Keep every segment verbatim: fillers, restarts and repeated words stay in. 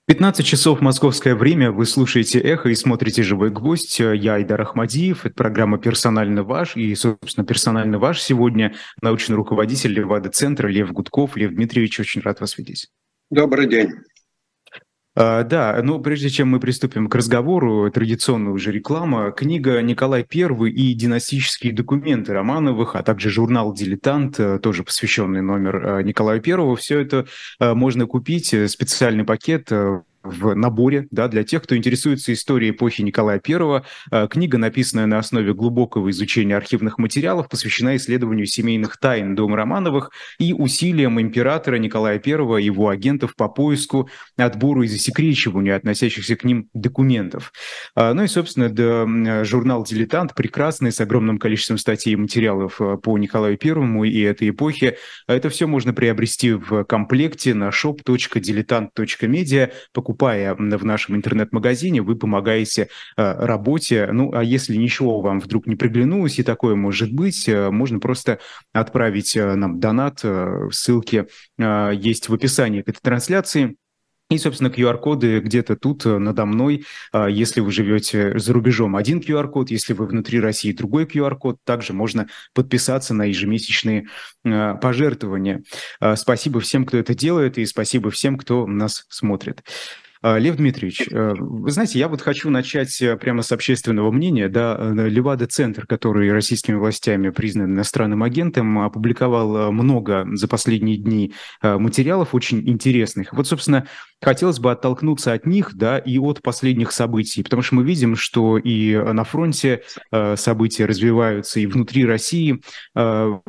пятнадцать часов московское время, вы слушаете «Эхо» и смотрите «Живой гвоздь». Я Айдар Ахмадиев, это программа «Персонально ваш». И, собственно, «Персонально ваш» сегодня научный руководитель Левада-центра Лев Гудков. Лев Дмитриевич, очень рад вас видеть. Добрый день. А, да, но прежде чем мы приступим к разговору, традиционная уже реклама. Книга «Николай Первый» и «Династические документы» Романовых, а также журнал «Дилетант», э, тоже посвященный номер э, Николаю Первому. Все это э, можно купить, э, специальный пакет э, в наборе, да, для тех, кто интересуется историей эпохи Николая Первого. Э, Книга, написанная на основе глубокого изучения архивных материалов, посвящена исследованию семейных тайн дома Романовых и усилиям императора Николая Первого и его агентов по поиску, отбору и засекречиванию относящихся к ним документов. А, Ну и, собственно, да, журнал «Дилетант» прекрасный, с огромным количеством статей и материалов а, по Николаю Первому и этой эпохе. А Это все можно приобрести в комплекте на shop точка diletant точка media. Покупая в нашем интернет-магазине, вы помогаете а, работе. Ну, а если ничего вам вдруг не приглянулось, и такое может быть, а, можно просто отправить а, нам донат. а, Ссылки а, есть в описании к этой трансляции. И, собственно, ку ар-коды где-то тут э, надо мной, а, если вы живете за рубежом, один ку ар-код, если вы внутри России, другой ку ар-код. Также можно подписаться на ежемесячные а, пожертвования. А, Спасибо всем, кто это делает, и спасибо всем, кто нас смотрит. А, Лев Дмитриевич, э, вы знаете, я вот хочу начать э, прямо с общественного мнения. Да, э, Левада-центр, который российскими властями признан иностранным агентом, опубликовал э, много за последние дни э, материалов очень интересных. Вот, собственно, хотелось бы оттолкнуться от них, да, и от последних событий, потому что мы видим, что и на фронте э, события развиваются, и внутри России э,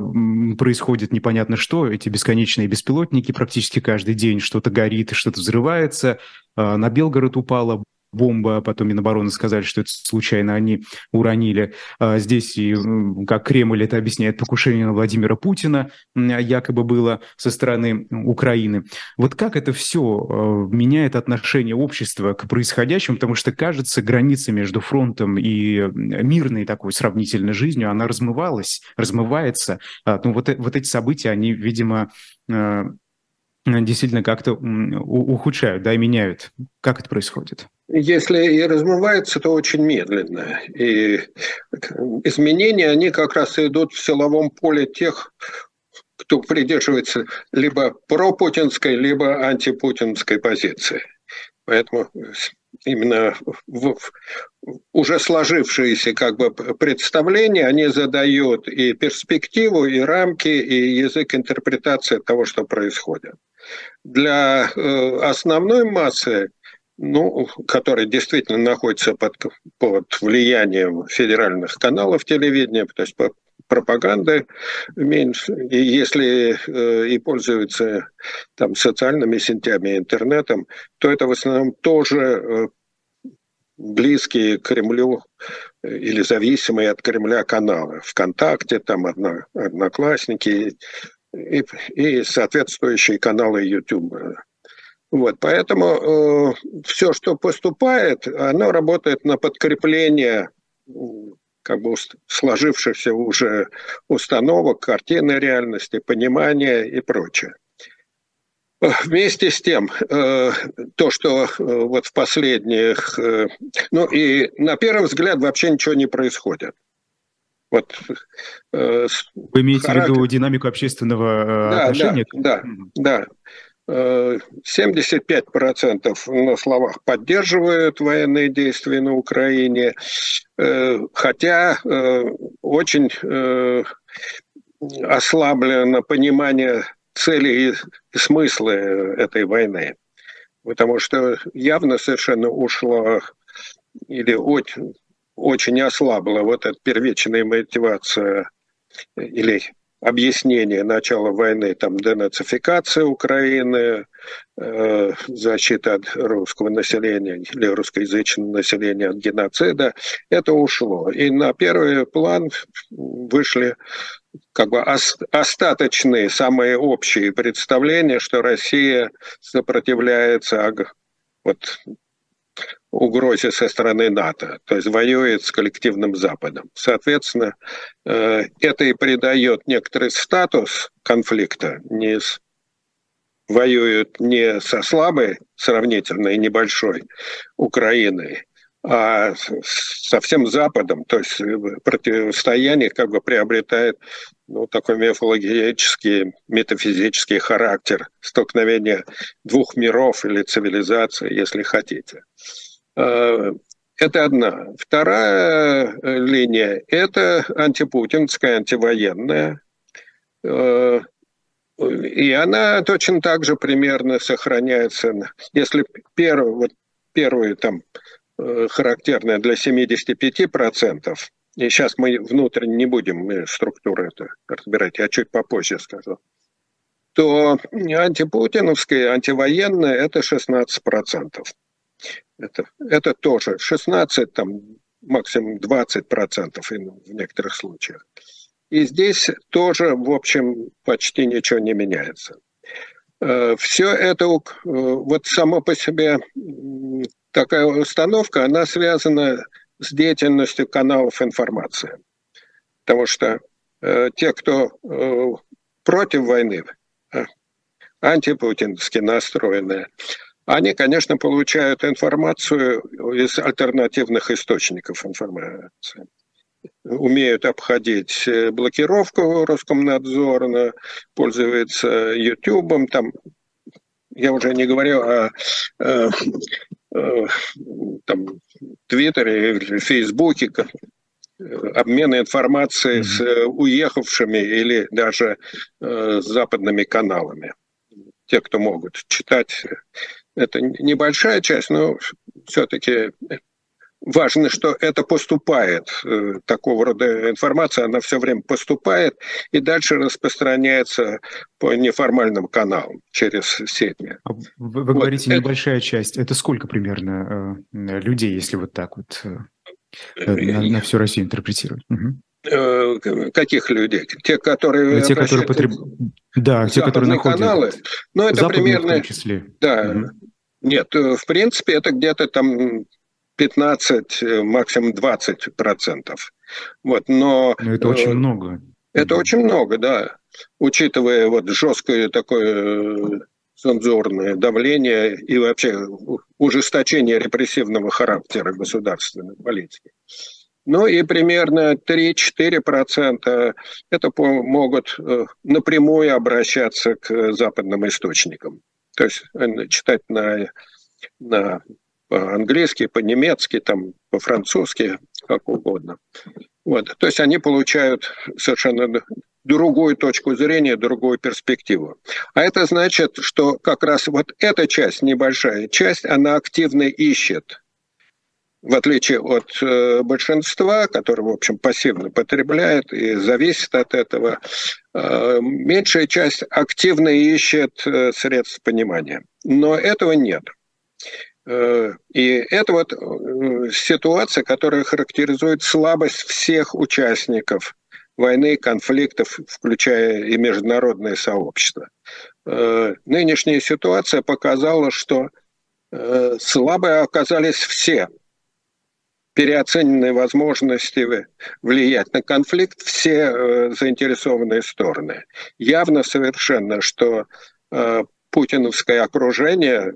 м, происходит непонятно что, эти бесконечные беспилотники практически каждый день, что-то горит, что-то взрывается. А, На Белгород упала бомба, потом Минобороны сказали, что это случайно они уронили. А Здесь, и, м, как Кремль это объясняет, покушение на Владимира Путина м, якобы было со стороны Украины. Вот как это все меняет отношение общества к происходящему, потому что, кажется, граница между фронтом и м, мирной такой сравнительно жизнью, она размывалась, размывается. А, Ну, вот, э- вот эти события, они, видимо, э, действительно как-то м, у- ухудшают, да, и меняют. Как это происходит? Если и размывается, то очень медленно. И изменения, они как раз идут в силовом поле тех, кто придерживается либо пропутинской, либо антипутинской позиции. Поэтому именно в, в уже сложившиеся как бы представления, они задают и перспективу, и рамки, и язык интерпретации того, что происходит. Для э, основной массы, ну, которая действительно находится под, под влиянием федеральных каналов телевидения, то есть пропаганды меньше, и если э, и пользуются там социальными сетями, интернетом, то это в основном тоже э, близкие к Кремлю или зависимые от Кремля каналы. ВКонтакте, там одно, Одноклассники и, и соответствующие каналы YouTube. Вот, поэтому э, все, что поступает, оно работает на подкрепление как бы сложившихся уже установок, картины реальности, понимания и прочее. Вместе с тем, э, то, что э, вот в последних, э, ну и на первый взгляд вообще ничего не происходит. Вот, э, Вы имеете в характер... виду динамику общественного э, Да, да, отношения? да, Мгм. да. семьдесят пять процентов на словах поддерживают военные действия на Украине, хотя очень ослаблено понимание цели и смысла этой войны. Потому что явно совершенно ушло или очень, очень ослабла вот эта первичная мотивация или объяснение начала войны, там, денацификация Украины, э, защита от русского населения или русскоязычного населения от геноцида, это ушло. И на первый план вышли как бы остаточные, самые общие представления, что Россия сопротивляется вот, угрозе со стороны НАТО, то есть воюет с коллективным Западом. Соответственно, это и придает некоторый статус конфликта, не воюют не со слабой, сравнительно и небольшой Украиной, а со всем Западом. То есть противостояние как бы приобретает ну, такой мифологический, метафизический характер столкновения двух миров или цивилизаций, если хотите. Это одна. Вторая линия – это антипутинская, антивоенная. И она точно так же примерно сохраняется. Если первый, вот первый там характерная для семидесяти пяти процентов, и сейчас мы внутренне не будем структуру это разбирать, я чуть попозже скажу, то антипутиновская, антивоенная – это шестнадцать процентов. Это, это тоже шестнадцать, там, максимум двадцать процентов в некоторых случаях. И здесь тоже, в общем, почти ничего не меняется. Все это, вот само по себе такая установка, она связана с деятельностью каналов информации. Потому что те, кто против войны, антипутински настроенные, они, конечно, получают информацию из альтернативных источников информации. Умеют обходить блокировку Роскомнадзора, пользуются Ютубом, там, я уже не говорю о, о, о там, Твиттере или Фейсбуке, обмена информацией с уехавшими или даже э, с западными каналами. Те, кто могут читать, это небольшая часть, но все-таки важно, что это поступает, такого рода информация, она все время поступает и дальше распространяется по неформальным каналам через сети. Вы, вы вот говорите, это... небольшая часть. Это сколько примерно э, людей, если вот так вот э, на, на всю Россию интерпретировать? Угу. Каких людей? Те, которые... Те, которые потреб... Да, те, которые находят... каналы. Ну, это примерно... в том числе. Да. Угу. Нет, в принципе, это где-то там пятнадцать, максимум двадцать процентов. Вот, но... но это очень много. Это угу. очень много, да. Учитывая вот жесткое такое цензурное давление и вообще ужесточение репрессивного характера государственной политики. Ну и примерно три-четыре процента это могут напрямую обращаться к западным источникам. То есть читать на, на по-английски, по-немецки, там, по-французски, как угодно. Вот. То есть они получают совершенно другую точку зрения, другую перспективу. А это значит, что как раз вот эта часть, небольшая часть, она активно ищет, в отличие от э, большинства, которые, в общем, пассивно потребляют и зависит от этого, э, меньшая часть активно ищет э, средств понимания. Но этого нет. Э, и это вот э, ситуация, которая характеризует слабость всех участников войны, конфликтов, включая и международное сообщество. Э, нынешняя ситуация показала, что э, слабые оказались все. Переоцененные возможности влиять на конфликт все э, заинтересованные стороны. Явно совершенно, что э, путиновское окружение,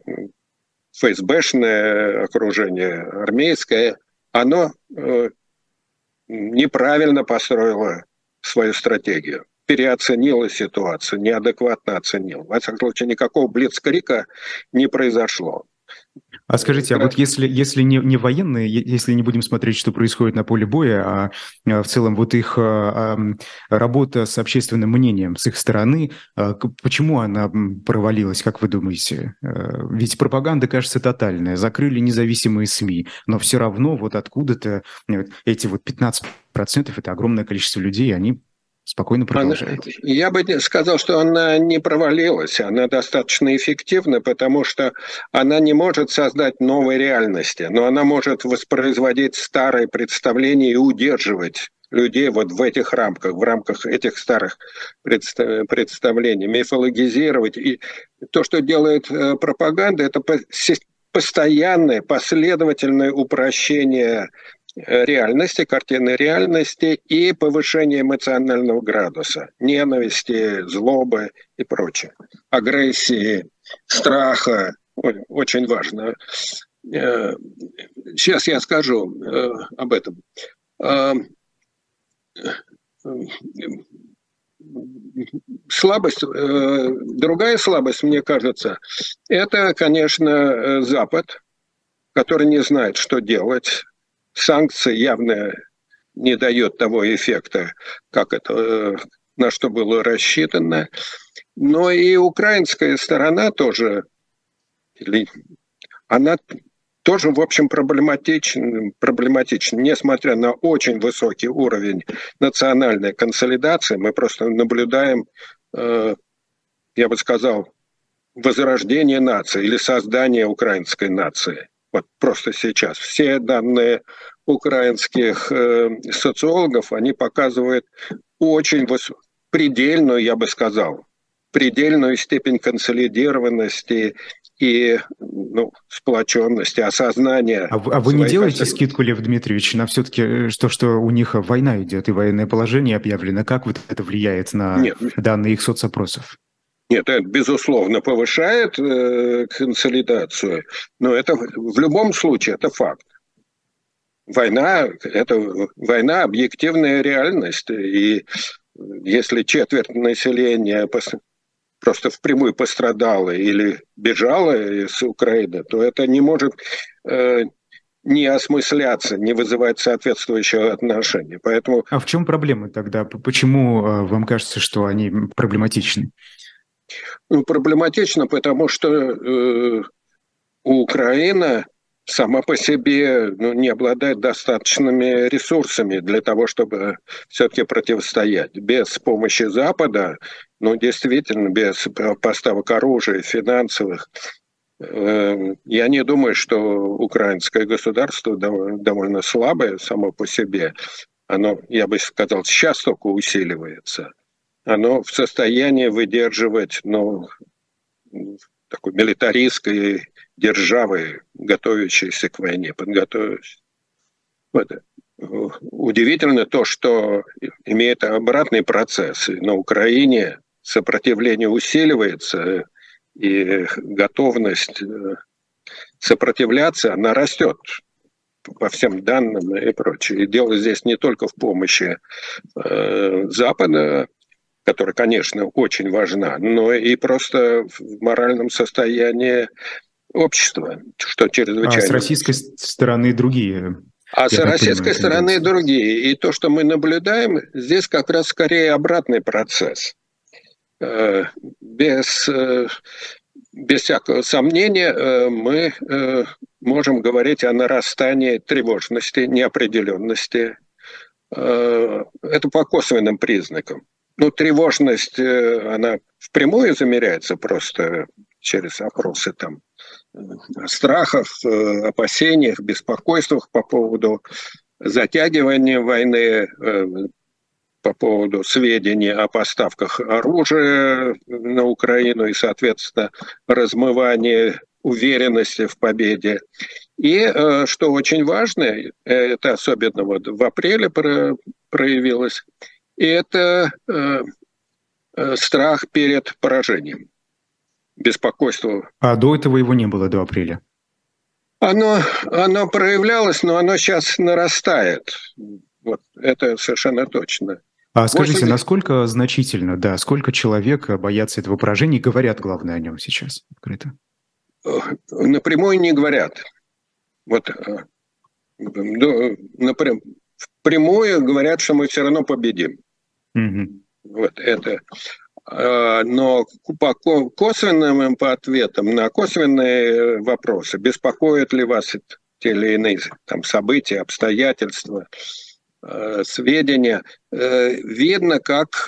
ФСБшное окружение, армейское, оно э, неправильно построило свою стратегию, переоценило ситуацию, неадекватно оценило. Во всяком случае, никакого блицкрика не произошло. А скажите, а вот если, если не, не военные, если не будем смотреть, что происходит на поле боя, а, а в целом вот их а, а, работа с общественным мнением с их стороны, а, почему она провалилась, как вы думаете? А, ведь пропаганда, кажется, тотальная. Закрыли независимые СМИ, но все равно вот откуда-то эти вот пятнадцать процентов, это огромное количество людей, они... спокойно продолжает. Она, я бы сказал, что она не провалилась, она достаточно эффективна, потому что она не может создать новой реальности, но она может воспроизводить старые представления и удерживать людей вот в этих рамках, в рамках этих старых представлений, мифологизировать. И то, что делает пропаганда, это постоянное, последовательное упрощение реальности, картины реальности и повышение эмоционального градуса, ненависти, злобы и прочее, агрессии, страха. Очень важно. Сейчас я скажу об этом. Слабость, другая слабость, мне кажется, это, конечно, Запад, который не знает, что делать. Санкции явно не дают того эффекта, как это, на что было рассчитано. Но и украинская сторона тоже, она тоже, в общем, проблематична, проблематична. Несмотря на очень высокий уровень национальной консолидации, мы просто наблюдаем, э, я бы сказал, возрождение нации или создание украинской нации. Вот просто сейчас. Все данные украинских э, социологов, они показывают очень высокую, предельную, я бы сказал, предельную степень консолидированности и ну, сплоченности, осознания. А вы, а вы не делаете скидку, Лев Дмитриевич, на все-таки то, что у них война идет и военное положение объявлено? Как вот это влияет на Нет. данные их соцопросов? Нет, это, безусловно, повышает э, консолидацию, но это в любом случае это факт. Война – это война, объективная реальность, и если четверть населения просто впрямую пострадала или бежала из Украины, то это не может э, не осмысляться, не вызывать соответствующего отношения. Поэтому... А в чем проблема тогда? Почему э, вам кажется, что они проблематичны? Ну, проблематично, потому что э, Украина сама по себе ну, не обладает достаточными ресурсами для того, чтобы все-таки противостоять. Без помощи Запада, ну, действительно, без поставок оружия, финансовых, э, я не думаю, что украинское государство довольно слабое само по себе. Оно, я бы сказал, сейчас только усиливается. Оно в состоянии выдерживать, ну, такой милитаристской державы, готовящейся к войне, подготовившейся. Вот. Удивительно то, что имеет обратный процесс. На Украине сопротивление усиливается, и готовность сопротивляться, она растет по всем данным и прочее. И дело здесь не только в помощи э, Запада, которая, конечно, очень важна, но и просто в моральном состоянии общества, что чрезвычайно... А с российской стороны другие... А с российской стороны другие. И то, что мы наблюдаем, здесь как раз скорее обратный процесс. Без, без всякого сомнения мы можем говорить о нарастании тревожности, неопределенности. Это по косвенным признакам. Ну, тревожность, она впрямую замеряется просто через опросы там, страхов, опасениях, беспокойствах по поводу затягивания войны, по поводу сведений о поставках оружия на Украину и, соответственно, размывания уверенности в победе. И, что очень важно, это особенно вот в апреле проявилось, и это страх перед поражением. Беспокойство. А до этого его не было, до апреля? Оно, оно проявлялось, но оно сейчас нарастает. Вот, это совершенно точно. А скажите, восемьдесят... насколько значительно, да, сколько человек боятся этого поражения и говорят, главное, о нем сейчас открыто? Напрямую не говорят. Вот, напрямую, впрямую говорят, что мы все равно победим. Угу. Вот это... Но по косвенным по ответам на косвенные вопросы, беспокоят ли вас те или иные там, события, обстоятельства, сведения, видно, как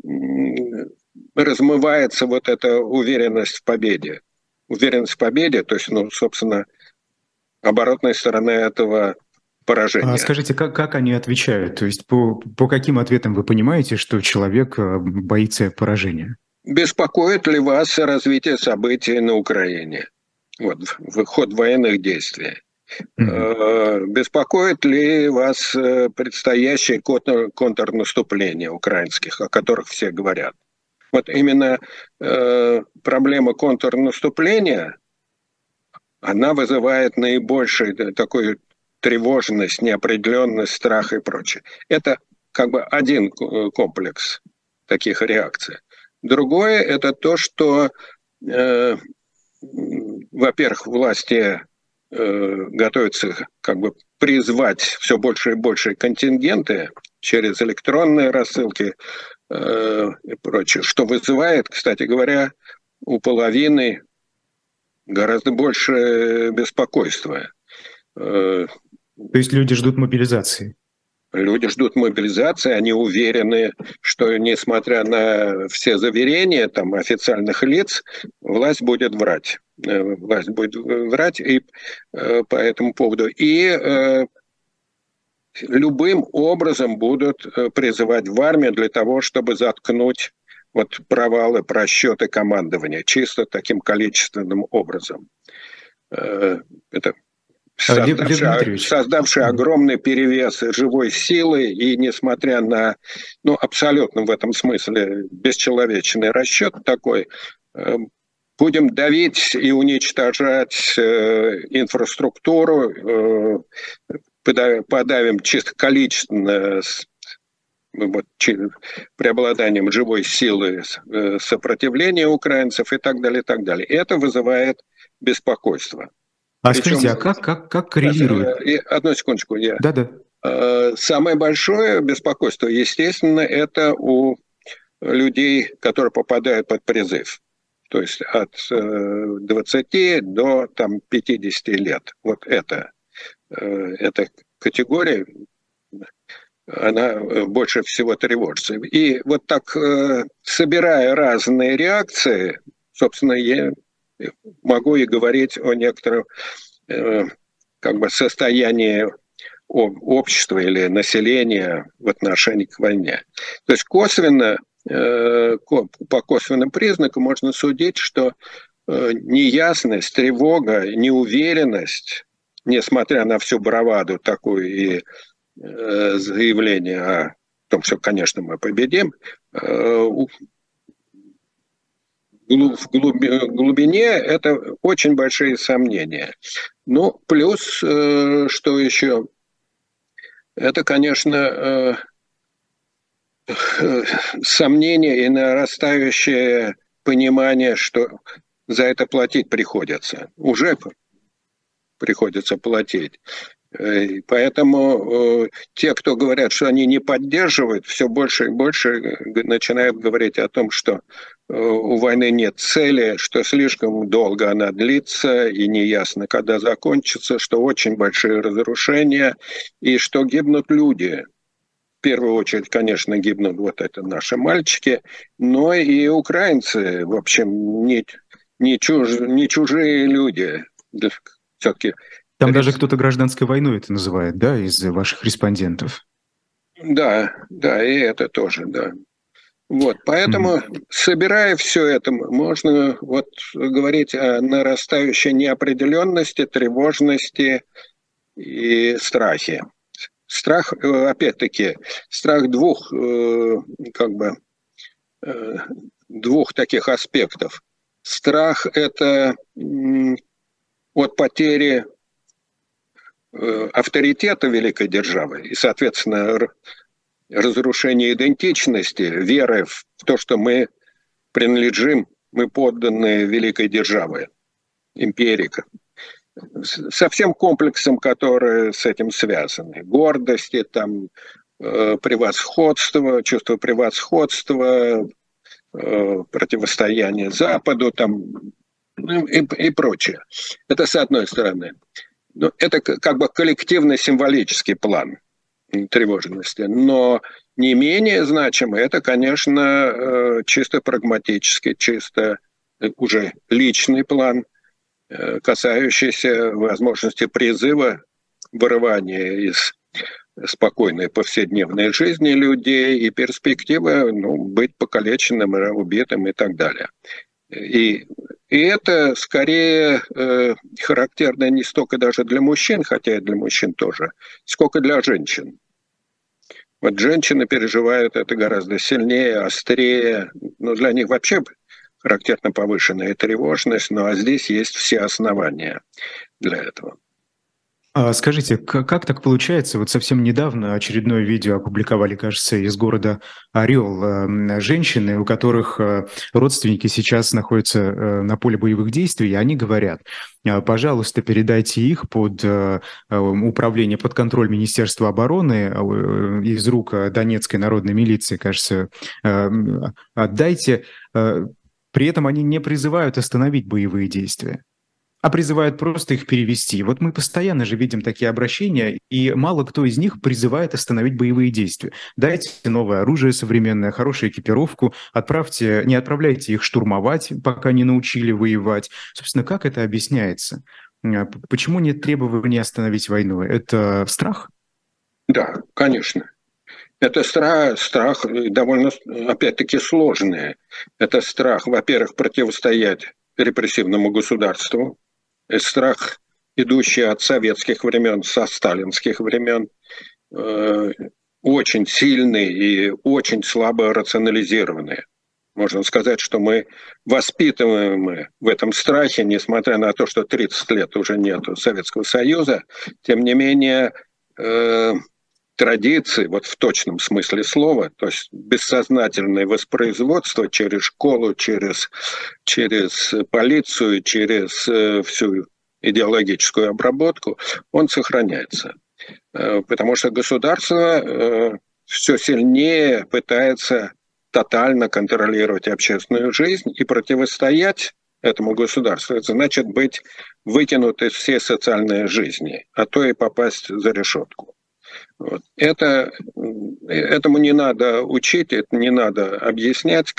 размывается вот эта уверенность в победе. Уверенность в победе, то есть, ну, собственно, оборотная сторона этого поражения. А скажите, как, как они отвечают? То есть по, по каким ответам вы понимаете, что человек боится поражения? Беспокоит ли вас развитие событий на Украине? Вот, ход военных действий. Mm-hmm. Беспокоит ли вас предстоящее контрнаступление украинских, о которых все говорят? Вот именно э, проблема контрнаступления, она вызывает наибольшую такую тревожность, неопределенность, страх и прочее. Это как бы один комплекс таких реакций. Другое – это то, что, э, во-первых, власти э, готовятся как бы призвать все больше и больше контингенты через электронные рассылки э, и прочее, что вызывает, кстати говоря, у половины гораздо больше беспокойства. То есть люди ждут мобилизации? Люди ждут мобилизации, они уверены, что, несмотря на все заверения там, официальных лиц, власть будет врать. Власть будет врать и, э, по этому поводу. И э, любым образом будут призывать в армию для того, чтобы заткнуть вот провалы, просчеты командования, чисто таким количественным образом. Э, это Создавший, создавший огромный перевес живой силы и, несмотря на, ну, абсолютно в этом смысле бесчеловечный расчет такой, будем давить и уничтожать инфраструктуру, подавим чисто количественно, вот, преобладанием живой силы сопротивления украинцев и так далее, и так далее. Это вызывает беспокойство. А Причем, скажите, а как, как, как коррелирует? И, одну секундочку. Я. Да-да. Самое большое беспокойство, естественно, это у людей, которые попадают под призыв. То есть от двадцати до там, пятидесяти лет. Вот это. Эта категория, она больше всего тревожится. И вот так, собирая разные реакции, собственно, я могу и говорить о некотором э, как бы состоянии общества или населения в отношении к войне. То есть косвенно, э, по косвенным признакам можно судить, что э, неясность, тревога, неуверенность, несмотря на всю браваду такую и э, заявление о том, что, конечно, мы победим, э, в глубине это очень большие сомнения. Ну, плюс, что еще, это, конечно, сомнение и нарастающее понимание, что за это платить приходится. Уже приходится платить. Поэтому э, те, кто говорят, что они не поддерживают, все больше и больше начинают говорить о том, что э, у войны нет цели, что слишком долго она длится и неясно, когда закончится, что очень большие разрушения и что гибнут люди. В первую очередь, конечно, гибнут вот это наши мальчики, но и украинцы, в общем, не, не, чуж, не чужие люди. Все-таки Там даже кто-то гражданской войной это называет, да, из ваших респондентов? Да, да, и это тоже, да. Вот, поэтому, mm-hmm. собирая все это, можно вот говорить о нарастающей неопределенности, тревожности и страхе. Страх, опять-таки, страх двух, как бы, двух таких аспектов. Страх – это от потери авторитета великой державы и, соответственно, разрушение идентичности, веры в то, что мы принадлежим, мы подданные великой державы, империи, со всем комплексом, который с этим связаны. Гордости, там, превосходство, чувство превосходства, противостояние Западу там, и, и прочее. Это с одной стороны. Ну, это как бы коллективно-символический план тревожности. Но не менее значимый, это, конечно, чисто прагматический, чисто уже личный план, касающийся возможности призыва, вырывания из спокойной повседневной жизни людей и перспективы, ну, быть покалеченным, убитым и так далее. И, и это скорее э, характерно не столько даже для мужчин, хотя и для мужчин тоже, сколько для женщин. Вот женщины переживают это гораздо сильнее, острее. Ну, для них вообще характерна повышенная тревожность, ну а здесь есть все основания для этого. А скажите, к- как так получается? Вот совсем недавно очередное видео опубликовали, кажется, из города Орел. э, Женщины, у которых э, родственники сейчас находятся э, на поле боевых действий, и они говорят: «А, пожалуйста, передайте их под э, э, управление, под контроль Министерства обороны э, из рук э, Донецкой народной милиции, кажется, э, м, отдайте». Э, При этом они не призывают остановить боевые действия, а призывают просто их перевести. Вот мы постоянно же видим такие обращения, и мало кто из них призывает остановить боевые действия. Дайте новое оружие современное, хорошую экипировку, отправьте, не отправляйте их штурмовать, пока не научили воевать. Собственно, как это объясняется? А, п- Почему нет требования остановить войну? Это страх? Да, конечно. Это страх, страх довольно, опять-таки, сложный. Это страх, во-первых, противостоять репрессивному государству, страх, идущий от советских времен, со сталинских времен, э, очень сильный и очень слабо рационализированный. Можно сказать, что мы воспитываем в этом страхе, несмотря на то, что тридцать лет уже нет Советского Союза, тем не менее э, традиции, вот в точном смысле слова, то есть бессознательное воспроизводство через школу, через, через полицию, через э, всю идеологическую обработку, он сохраняется. Э, потому что государство э, все сильнее пытается тотально контролировать общественную жизнь и противостоять этому государству. Это значит быть выкинут из всей социальной жизни, а то и попасть за решетку. Вот. Это, этому не надо учить, это не надо объяснять.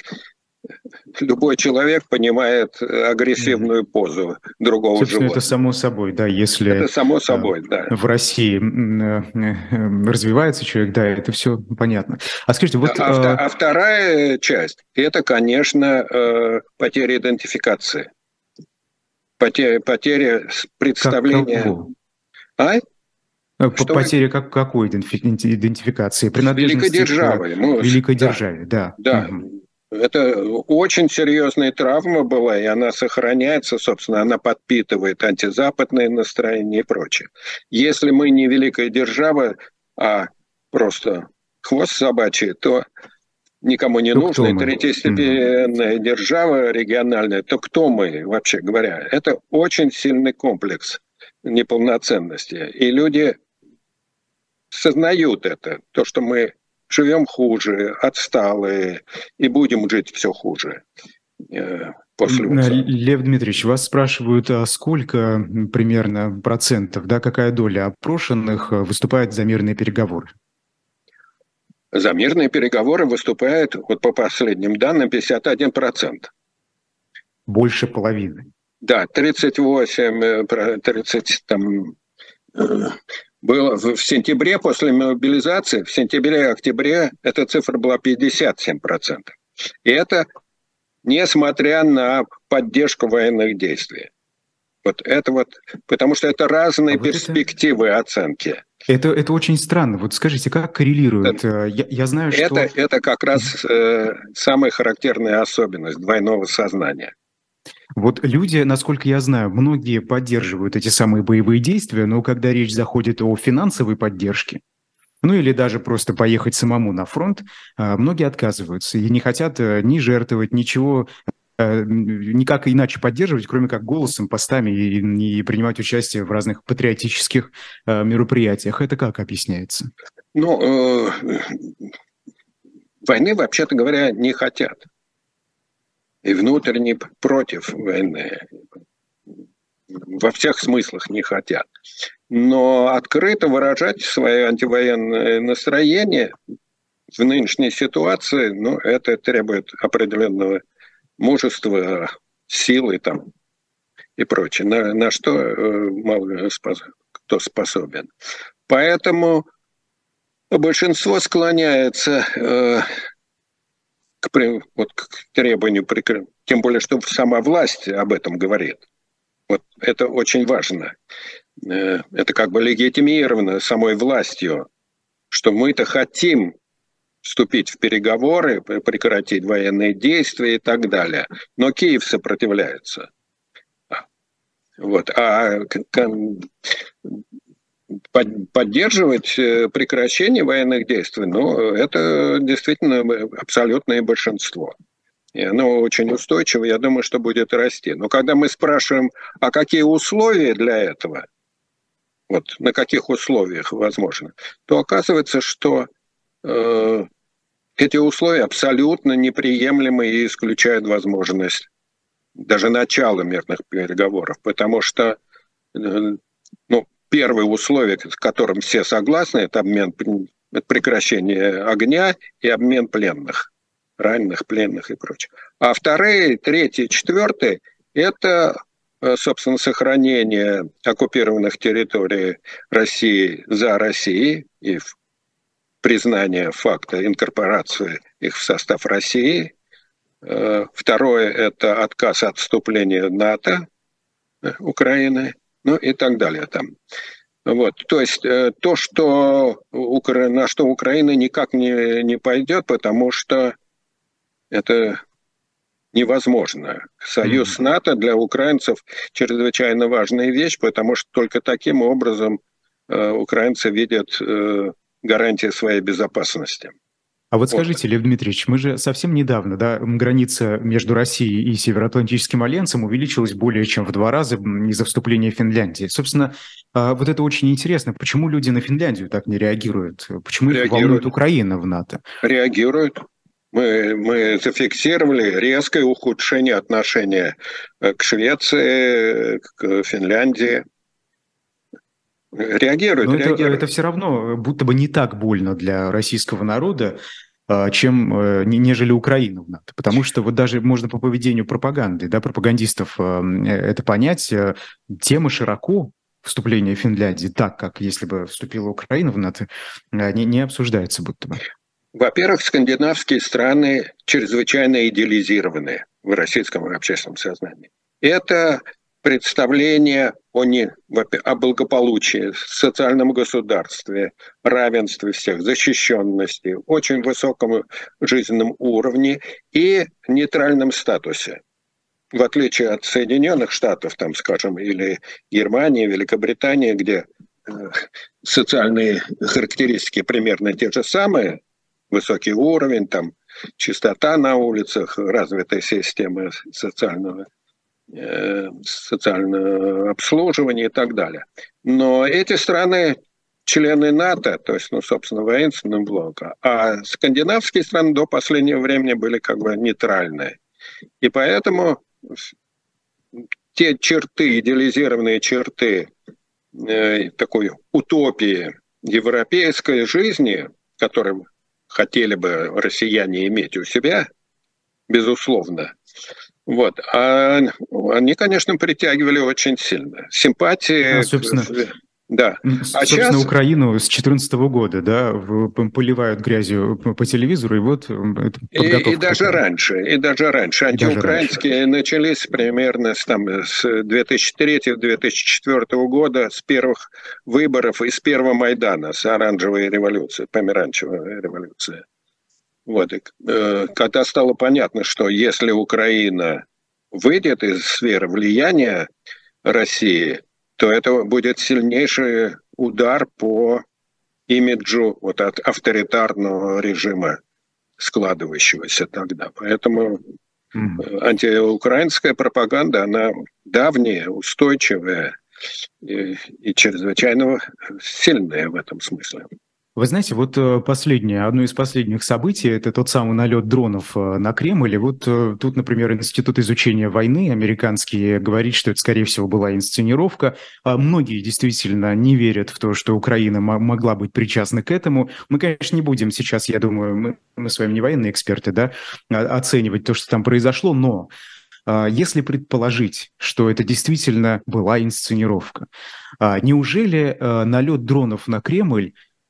Любой человек понимает агрессивную позу другого Собственно, это животного. само собой, да, если Это само э, собой, да. в России м, э, э, развивается человек, да, это все понятно. А скажите, вот А, вто- э, а вторая часть – это, конечно, э, потеря идентификации, потеря, потеря с- как представления. кого? А? Э, по- Что вы? Потеря как, какой идентифи- идентификации? С великой Принадлежности к державой. Мы, с- великой да, державе, да. да. Мгм. Это очень серьезная травма была, и она сохраняется, собственно, она подпитывает антизападные настроения и прочее. Если мы не великая держава, а просто хвост собачий, то никому не То кто нужная мы? Мгм. третьестепенная держава региональная, то кто мы, вообще говоря? Это очень сильный комплекс неполноценности. И люди сознают это, то, что мы живем хуже, отсталые, и будем жить все хуже э, после М, э, УСА. Лев Дмитриевич, вас спрашивают, а сколько м, примерно процентов, да, какая доля опрошенных э, выступает за мирные переговоры? За мирные переговоры выступает, вот по последним данным, пятьдесят один процент. Больше половины. Да, тридцать восемь, э, про- тридцать там, э, было в в сентябре после мобилизации, в сентябре-октябре эта цифра была пятьдесят семь процентов. И это несмотря на поддержку военных действий. Вот это вот, потому что это А разные вот это, перспективы оценки. это, это очень странно. Вот скажите, как коррелирует? Э, Я, я знаю, Это, что это как раз э, самая характерная особенность двойного сознания. вот люди, насколько я знаю, многие поддерживают эти самые боевые действия, но когда речь заходит о финансовой поддержке, ну или даже просто поехать самому на фронт, а, многие отказываются и не хотят э, ни жертвовать, ничего, э, никак иначе поддерживать, кроме как голосом, постами и, и принимать участие в разных патриотических э, мероприятиях. Это как объясняется? Ну, э, войны, вообще-то говоря, не хотят. И внутренне против войны. Во всех смыслах не хотят. Но открыто выражать свое антивоенное настроение в нынешней ситуации, ну, это требует определенного мужества, силы там и прочее, на, на что э, мало спос- кто способен. Поэтому большинство склоняется э, к, при- вот, к требованию прекратить тем более, что сама власть об этом говорит. Вот это очень важно. Это как бы легитимировано самой властью, что мы-то хотим вступить в переговоры, прекратить военные действия и так далее. Но Киев сопротивляется. Вот. А поддерживать прекращение военных действий, ну, это действительно абсолютное большинство. И оно очень устойчиво, я думаю, что будет расти. Но когда мы спрашиваем, а какие условия для этого, вот на каких условиях возможно, то оказывается, что э, эти условия абсолютно неприемлемы и исключают возможность даже начала мирных переговоров, потому что э, ну, первое условие, с которым все согласны, это обмен, это прекращение огня и обмен пленных. Раненых, пленных и прочее. А вторые, третьи, четвертые – это, собственно, сохранение оккупированных территорий России за Россией и признание факта инкорпорации их в состав России. Второе – это отказ от вступления в НАТО Украины, ну и так далее там. Вот, то есть то, что, на что Украина никак не, не пойдет, потому что это невозможно. Союз с НАТО для украинцев чрезвычайно важная вещь, потому что только таким образом э, украинцы видят э, гарантии своей безопасности. А вот скажите, Лев Дмитриевич, мы же совсем недавно, да, граница между Россией и Североатлантическим альянсом увеличилась более чем в два раза из-за вступления Финляндии. Собственно, вот это очень интересно. Почему люди на Финляндию так не реагируют? Почему их волнует Украина в НАТО? Реагируют. Мы, мы зафиксировали резкое ухудшение отношения к Швеции, к Финляндии. Реагируют, Но реагируют. Это, это все равно будто бы не так больно для российского народа, чем нежели Украина в НАТО. Потому что вот даже можно по поведению пропаганды, да, пропагандистов это понять, тема широко вступления Финляндии, так как если бы вступила Украина в НАТО, не, не обсуждается будто бы. Во-первых, скандинавские страны чрезвычайно идеализированы в российском общественном сознании. Это представление о, не, о благополучии, социальном государстве, равенстве всех, защищенности, очень высоком жизненном уровне и нейтральном статусе. В отличие от Соединенных Штатов, там, скажем, или Германии, Великобритании, где э, социальные характеристики примерно те же самые, высокий уровень, там, чистота на улицах, развитая система социального, э, социального обслуживания и так далее. Но эти страны члены НАТО, то есть, ну, собственно, воинственного блока, а скандинавские страны до последнего времени были как бы нейтральные. И поэтому те черты, идеализированные черты э, такой утопии европейской жизни, которым хотели бы россияне иметь у себя, безусловно. Вот. А они, конечно, притягивали очень сильно. Симпатии... А, собственно, да. А собственно, сейчас... Украину с две тысячи четырнадцатого года, да, поливают грязью по телевизору, и вот и, и даже такая. раньше, и даже раньше. Антиукраинские раньше. начались примерно с, там, с две тысячи третьего - две тысячи четвёртого года, с первых выборов и с первого Майдана, с оранжевой революции, померанчевой революции. Вот. И, э, когда стало понятно, что если Украина выйдет из сферы влияния России, то это будет сильнейший удар по имиджу вот, от авторитарного режима, складывающегося тогда. Поэтому mm-hmm. антиукраинская пропаганда, она давняя, устойчивая и, и чрезвычайно сильная в этом смысле. Вы знаете, вот последнее, одно из последних событий – это тот самый налет дронов на Кремль. И вот тут, например, Институт изучения войны американский говорит, что это, скорее всего, была инсценировка. Многие действительно не верят в то, что Украина могла быть причастна к этому. Мы, конечно, не будем сейчас, я думаю, мы, мы с вами не военные эксперты, да, оценивать то, что там произошло, но если предположить, что это действительно была инсценировка, неужели налет дронов на Кремль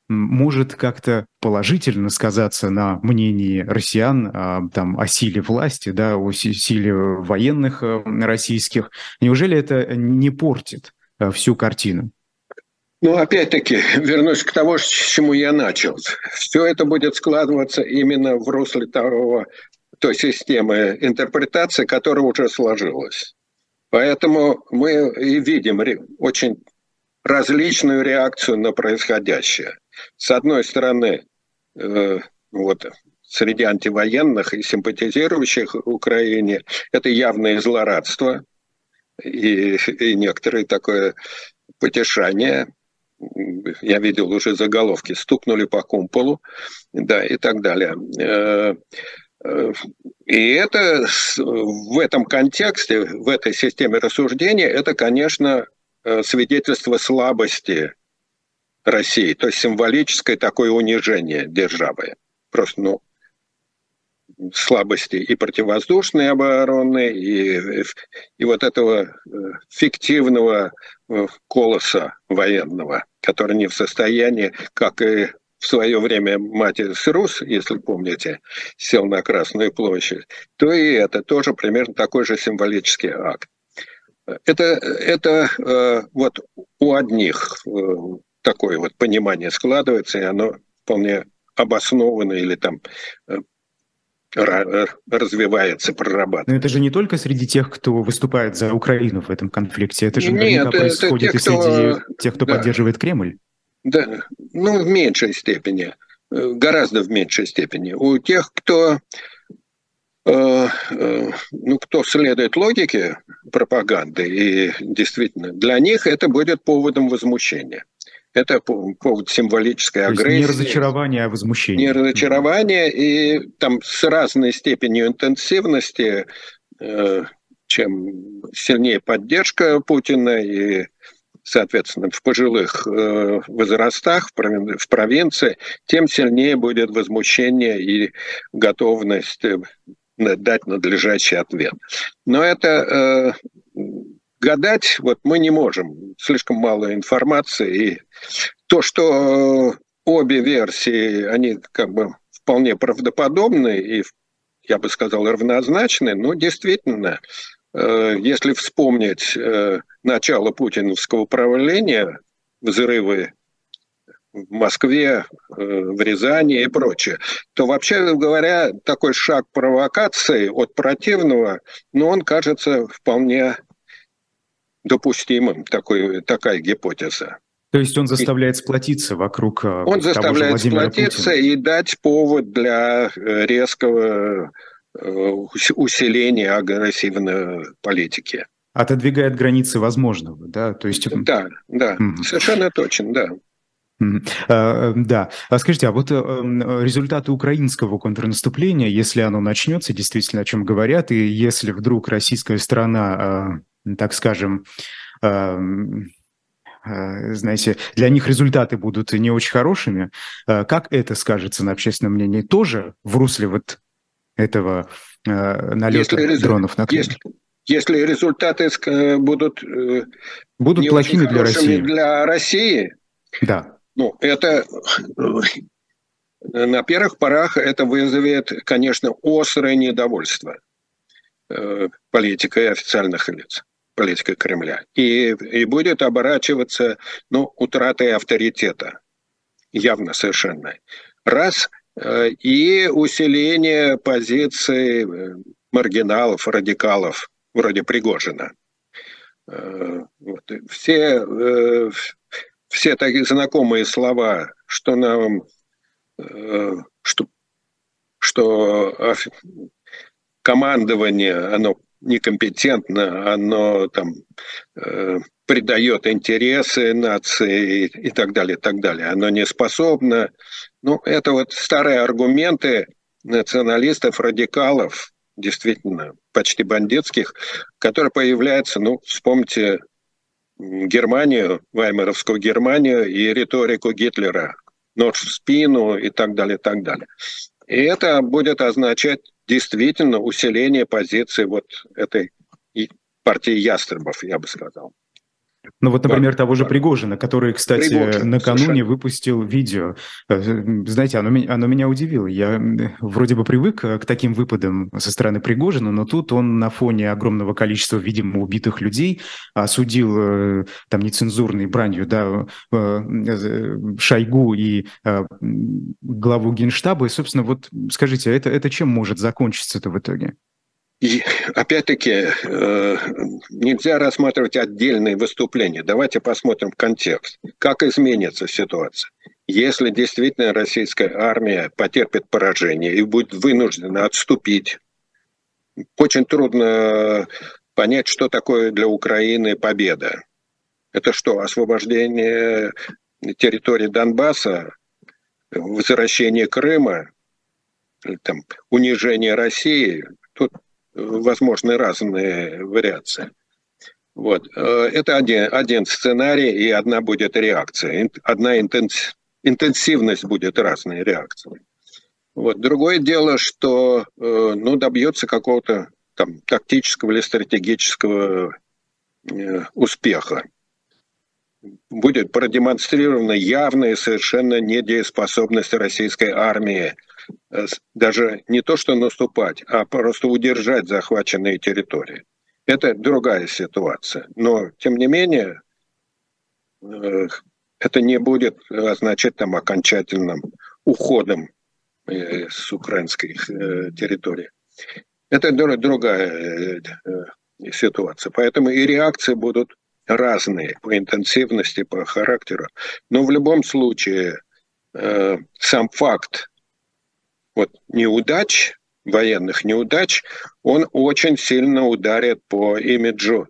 может как-то положительно сказаться на мнении россиян а, там, о силе власти, да, о силе военных а, российских. Неужели это не портит а, всю картину? Ну, опять-таки, вернусь к тому, с чему я начал. Все это будет складываться именно в русле того, той системы интерпретации, которая уже сложилась. Поэтому мы и видим очень различную реакцию на происходящее. С одной стороны, э, вот среди антивоенных и симпатизирующих Украине это явное злорадство и, и некоторое такое потешание. Я видел уже заголовки «стукнули по кумполу», да, и так далее. И это в этом контексте, в этой системе рассуждения, это, конечно, свидетельство слабости России, то есть символическое такое унижение державы. Просто, ну, слабости и противовоздушной обороны, и, и вот этого фиктивного колосса военного, который не в состоянии, как и в свое время Матис Рус, если помните, сел на Красную площадь, то и это тоже примерно такой же символический акт. Это, это э, вот у одних э, такое вот понимание складывается, и оно вполне обосновано или там э, развивается, прорабатывается. Но это же не только среди тех, кто выступает за Украину в этом конфликте, это же наверняка Нет, происходит это те, и среди кто, тех, кто да, поддерживает Кремль. Да, ну, в меньшей степени, гораздо в меньшей степени. У тех, кто, э, э, ну, кто следует логике пропаганды, и действительно, для них это будет поводом возмущения. Это повод символической агрессии. То есть не разочарование, а возмущение. Не разочарование, и там с разной степенью интенсивности, э, чем сильнее поддержка Путина, и, соответственно, в пожилых э, возрастах, в, в провинции, тем сильнее будет возмущение и готовность э, дать надлежащий ответ. Но это... Э, гадать вот мы не можем, слишком мало информации. И то, что обе версии, они как бы вполне правдоподобны и, я бы сказал, равнозначны, но действительно, если вспомнить начало путиновского правления, взрывы в Москве, в Рязани и прочее, то, вообще говоря, такой шаг провокации от противного, ну, он кажется вполне допустимым, такой, такая гипотеза. То есть он заставляет сплотиться вокруг он того заставляет же Владимира сплотиться Путина. И дать повод для резкого усиления агрессивной политики. Отодвигает границы возможного, да? То есть... Да, да, mm-hmm. совершенно точно, да. Mm-hmm. А, да. А скажите, а вот результаты украинского контрнаступления, если оно начнется, действительно, о чем говорят, и если вдруг российская сторона, так скажем, знаете, для них результаты будут не очень хорошими, как это скажется на общественном мнении? Тоже в русле вот этого налета если дронов на Кремль? Если, если результаты будут, будут не плохими очень для России. для России, да. Ну, это на первых порах это вызовет, конечно, острое недовольство политикой официальных лиц, политикой Кремля. И, и будет оборачиваться, ну, утратой авторитета, явно совершенно. Раз, и усиление позиций маргиналов, радикалов, вроде Пригожина. Вот. Все... Все такие знакомые слова, что нам, что, что командование, оно некомпетентно, оно там предает интересы нации и так далее, и так далее. Оно не способно. Ну, это вот старые аргументы националистов, радикалов, действительно, почти бандитских, которые появляются, ну, вспомните, Германию, Ваймаровскую Германию и риторику Гитлера, нож в спину и так далее, и так далее. И это будет означать действительно усиление позиции вот этой партии ястребов, я бы сказал. Ну вот, Да, например, того же да. Пригожина, который, кстати, Пригожин, накануне совершенно. выпустил видео. Э, Знаете, оно, меня- оно меня удивило. Я м, вроде бы привык э, к таким выпадам со стороны Пригожина, но тут он на фоне огромного количества, видимо, убитых людей осудил э, там нецензурной бранью, да, э, э, Шойгу и э, м, главу Генштаба. И, собственно, вот скажите, это, это чем может закончиться-то в итоге? И опять-таки э, нельзя рассматривать отдельные выступления. Давайте посмотрим контекст. Как изменится ситуация? Если действительно российская армия потерпит поражение и будет вынуждена отступить, очень трудно понять, что такое для Украины победа. Это что, освобождение территории Донбасса, возвращение Крыма, там, унижение России? Тут возможны разные вариации. Вот. Это один, один сценарий, и одна будет реакция. Одна интенсивность будет разной реакции. Вот. Другое дело, что ну, добьется какого-то там, тактического или стратегического успеха. Будет продемонстрирована явная совершенно недееспособность российской армии даже не то что наступать, а просто удержать захваченные территории. Это другая ситуация. Но, тем не менее, это не будет означать там окончательным уходом с украинской территории. Это другая ситуация. Поэтому и реакции будут разные по интенсивности, по характеру. Но в любом случае сам факт вот неудач, военных неудач, он очень сильно ударит по имиджу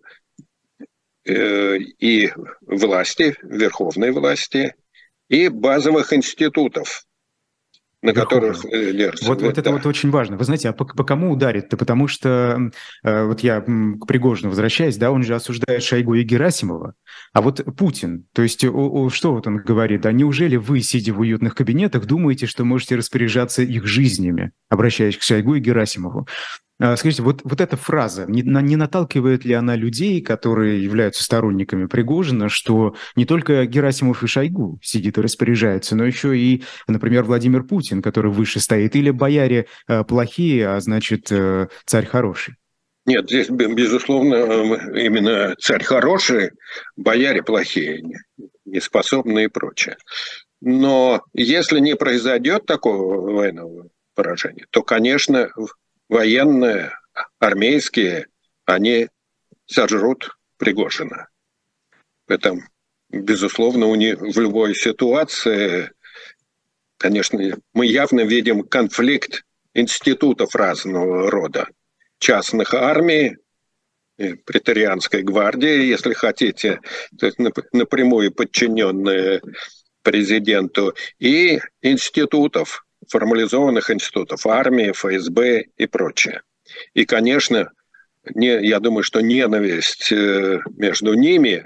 э, и власти, верховной власти, и базовых институтов, на которых Верховный. э, держится. Вот, вот это Да. вот очень важно. Вы знаете, а по, по кому ударит-то? Потому что э, вот я м, к Пригожину возвращаюсь, да, он же осуждает Шойгу и Герасимова. А вот Путин, то есть о, о, что вот он говорит? А неужели вы, сидя в уютных кабинетах, думаете, что можете распоряжаться их жизнями, обращаясь к Шойгу и Герасимову? А, Скажите, вот, вот эта фраза, не, на- не наталкивает ли она людей, которые являются сторонниками Пригожина, что не только Герасимов и Шойгу сидит и распоряжается, но еще и, например, Владимир Путин, который выше стоит, или бояре э, плохие, а значит, э, царь хороший? Нет, здесь, безусловно, именно царь хороший, бояре плохие, неспособные и прочее. Но если не произойдет такого военного поражения, то, конечно, военные, армейские, они сожрут Пригожина. Поэтому, безусловно, у них в любой ситуации, конечно, мы явно видим конфликт институтов разного рода. Частных армий, претарианской гвардии, если хотите, то есть напрямую подчиненные президенту, и институтов, формализованных институтов, армии, эф эс бэ и прочее. И, конечно, не, я думаю, что ненависть между ними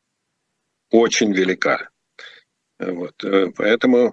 очень велика. Вот. Поэтому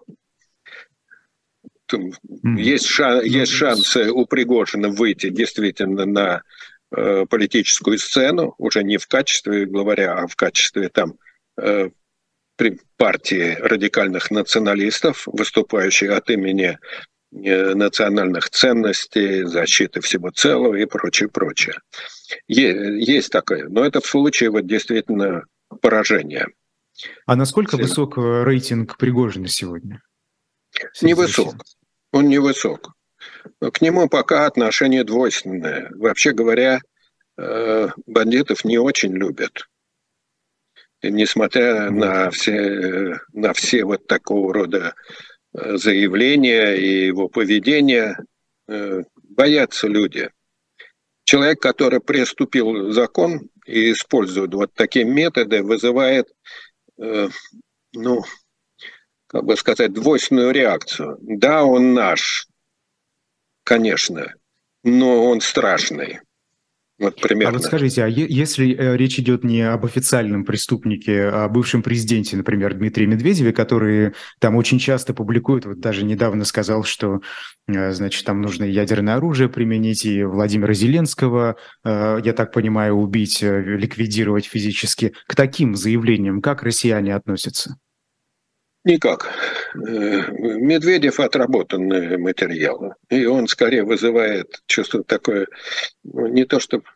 есть, шан, есть шансы у Пригожина выйти действительно на э, политическую сцену, уже не в качестве главаря, а в качестве там э, партии радикальных националистов, выступающей от имени национальных ценностей, защиты всего целого и прочее, прочее. Есть такое, но это в случае вот действительно поражения. А насколько высок рейтинг Пригожина сегодня? Невысок. Он невысок. К нему пока отношение двойственное. Вообще говоря, бандитов не очень любят. И несмотря на все, на все вот такого рода заявления и его поведение, боятся люди. Человек, который приступил закон и использует вот такие методы, вызывает, ну, как бы сказать, двойственную реакцию. Да, он наш, конечно, но он страшный. Вот А вот примерно. скажите, а е- если э, речь идет не об официальном преступнике, а о бывшем президенте, например, Дмитрии Медведеве, который там очень часто публикует, вот даже недавно сказал, что, э, значит, там нужно ядерное оружие применить, и Владимира Зеленского, э, я так понимаю, убить, э, ликвидировать физически. К таким заявлениям как россияне относятся? Никак. Э, Медведев отработанный материал, и он скорее вызывает чувство такое, ну, не то что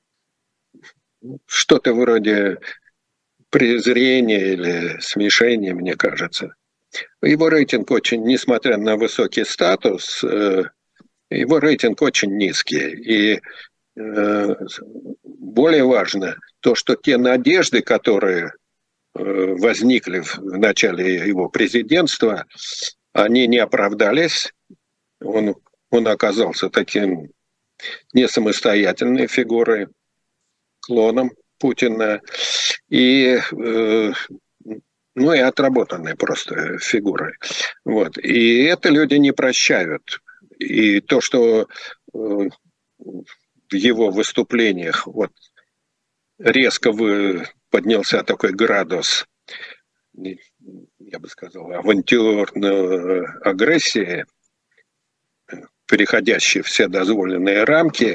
что-то вроде презрения или смешения, мне кажется. Его рейтинг очень, несмотря на высокий статус, э, его рейтинг очень низкий. И э, более важно то, что те надежды, которые э, возникли в начале его президентства, они не оправдались. Он, он оказался таким несамостоятельной фигурой, клоном Путина. И э, ну и отработанной просто фигурой. Вот. И это люди не прощают. И то, что э, в его выступлениях вот резко вы, поднялся такой градус, я бы сказал, авантюрной агрессии, переходящий все дозволенные рамки,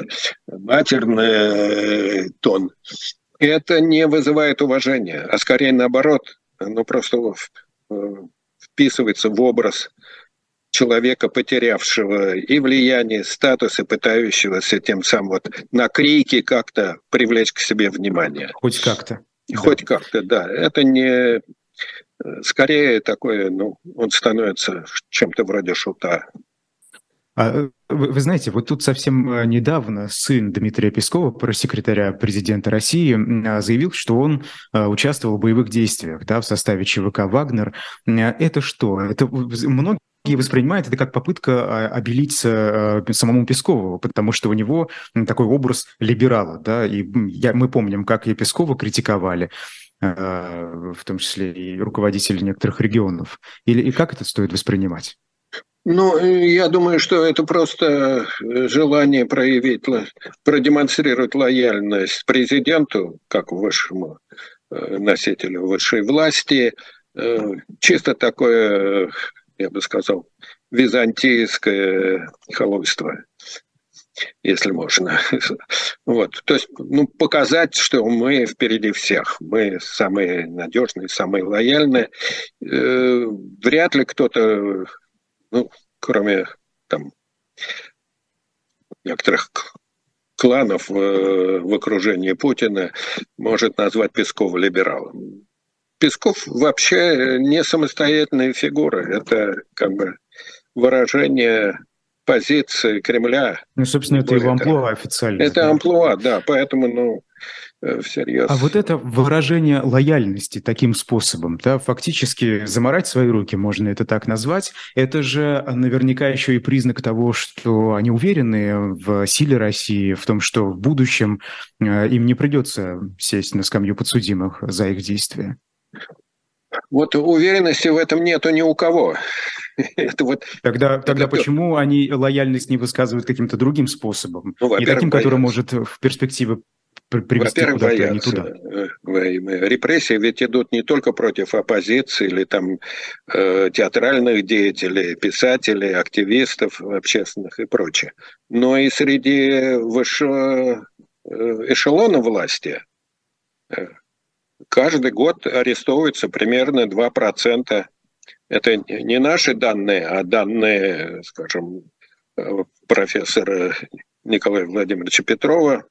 матерный тон, это не вызывает уважения, а скорее наоборот, ну просто вписывается в образ человека, потерявшего и влияние, статус, и пытающегося тем самым вот на крики как-то привлечь к себе внимание. Хоть как-то. Хоть Да. как-то, да. Это не... Скорее такое, ну, он становится чем-то вроде шута. А, вы, вы знаете, вот тут совсем э, недавно сын Дмитрия Пескова, пресс-секретаря президента России, м, а, заявил, что он а, участвовал в боевых действиях, да, в составе ЧВК «Вагнер». М, а Это что? Это в- многие воспринимают это как попытка а, обелить а, самому Пескову, потому что у него м, такой образ либерала, да, и м, я, мы помним, как и Пескова критиковали, а, в том числе и руководители некоторых регионов. Или и как это стоит воспринимать? Ну, я думаю, что это просто желание проявить, продемонстрировать лояльность президенту, как высшему носителю высшей власти. Чисто такое, я бы сказал, византийское холойство, если можно. Вот. То есть, ну, показать, что мы впереди всех, мы самые надежные, самые лояльные. Вряд ли кто-то, ну, кроме там некоторых кланов в, в окружении Путина, может назвать Пескова либералом. Песков вообще не самостоятельная фигура. Это как бы выражение позиции Кремля. Ну, собственно, это его амплуа официально. Это Да. амплуа, да. Поэтому, ну, всерьез. А вот это выражение лояльности таким способом, да, фактически заморать свои руки, можно это так назвать, это же наверняка еще и признак того, что они уверены в силе России, в том, что в будущем э, им не придется сесть на скамью подсудимых за их действия. Вот уверенности в этом нету ни у кого. Это вот, Тогда, тогда это почему они лояльность не высказывают каким-то другим способом, ну, не таким, боятся. который может в перспективе привести Во-первых, куда-то не боятся. туда? Репрессии ведь идут не только против оппозиции или там э, театральных деятелей, писателей, активистов общественных и прочее, но и среди высшего э, эшелона власти. Каждый год арестовывается примерно два процента. Это не наши данные, а данные, скажем, профессора Николая Владимировича Петрова,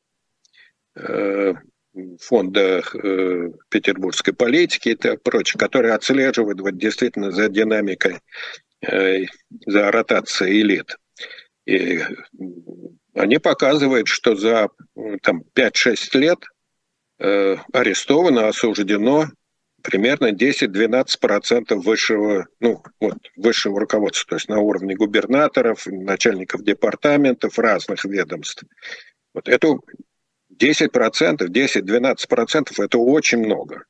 фонда петербургской политики и так прочее, которые отслеживают вот действительно за динамикой, за ротацией элит. И они показывают, что за там, пять-шесть лет арестовано, осуждено примерно десять-двенадцать процентов высшего, ну, вот, высшего руководства, то есть на уровне губернаторов, начальников департаментов разных ведомств. Вот это десять процентов, десять-двенадцать процентов – это очень много.